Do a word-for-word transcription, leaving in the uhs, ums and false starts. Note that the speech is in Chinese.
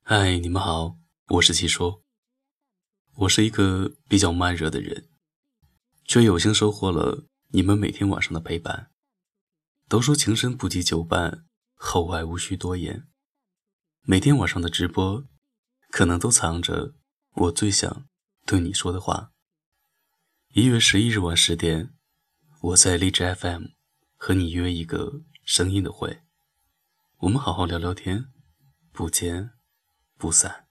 嗨，你们好，我是七说。我是一个比较慢热的人，却有幸收获了你们每天晚上的陪伴。都说情深不及久伴，厚爱无需多言。每天晚上的直播，可能都藏着我最想对你说的话。一月十一日晚十点，我在荔枝 F M 和你约一个声音的会，我们好好聊聊天，不见不散。